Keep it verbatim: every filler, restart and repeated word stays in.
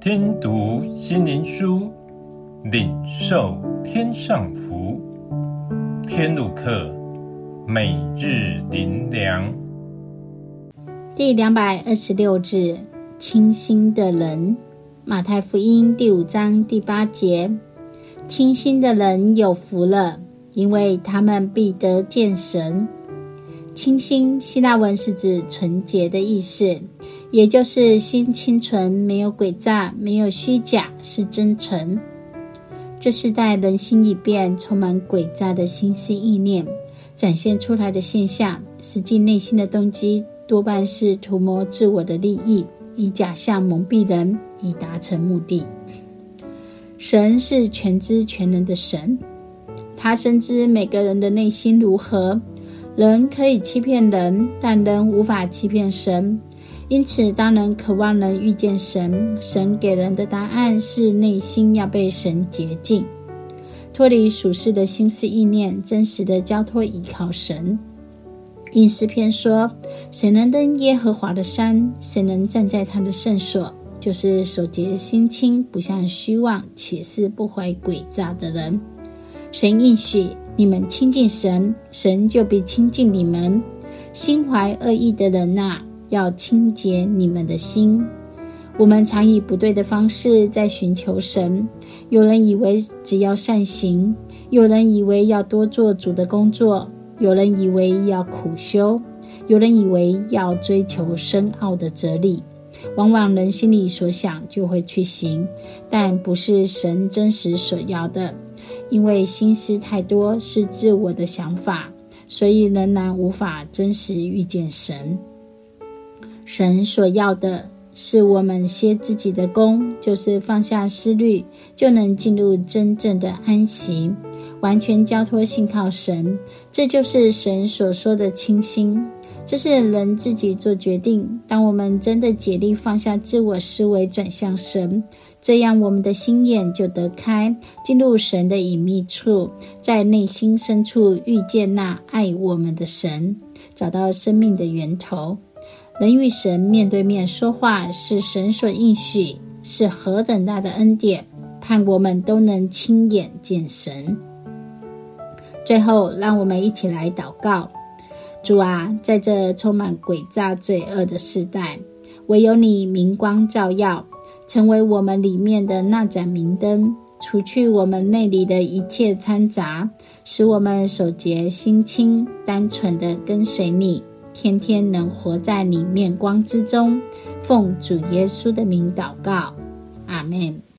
听读心灵书，领受天上福。天路客，每日灵粮。 第两百二十六日，清心的人。马太福音第五章第八节，清心的人有福了，因为他们必得见神。清心希腊文是指纯洁的意思，也就是心清纯，没有诡诈，没有虚假，是真诚。这世代人心已变，充满诡诈的心思意念，展现出来的现象，实际内心的动机多半是图谋自我的利益，以假象蒙蔽人，以达成目的。神是全知全能的神，他深知每个人的内心如何。人可以欺骗人，但人无法欺骗神。因此当人渴望能遇见神，神给人的答案是内心要被神洁净，脱离属世的心思意念，真实的交托依靠神。因诗篇说，谁能登耶和华的山，谁能站在他的圣所，就是手洁心清，不向虚妄且是不怀诡诈的人。神应许你们亲近神，神就必亲近你们。心怀恶意的人啊，要清洁你们的心。我们常以不对的方式在寻求神，有人以为只要善行，有人以为要多做主的工作，有人以为要苦修，有人以为要追求深奥的哲理。往往人心里所想就会去行，但不是神真实所要的。因为心思太多是自我的想法，所以仍然无法真实遇见神。神所要的是我们歇自己的功，就是放下思虑，就能进入真正的安息，完全交托信靠神。这就是神所说的清心。这是人自己做决定。当我们真的竭力放下自我思维，转向神，这样我们的心眼就得开，进入神的隐秘处，在内心深处遇见那爱我们的神，找到生命的源头。人与神面对面说话，是神所应许，是何等大的恩典，盼我们都能亲眼见神。最后让我们一起来祷告。主啊，在这充满诡诈罪恶的世代，唯有你明光照耀，成为我们里面的那盏明灯，除去我们内里的一切掺杂，使我们手洁心清，单纯的跟随你，天天能活在你面光之中。奉主耶稣的名祷告，阿们。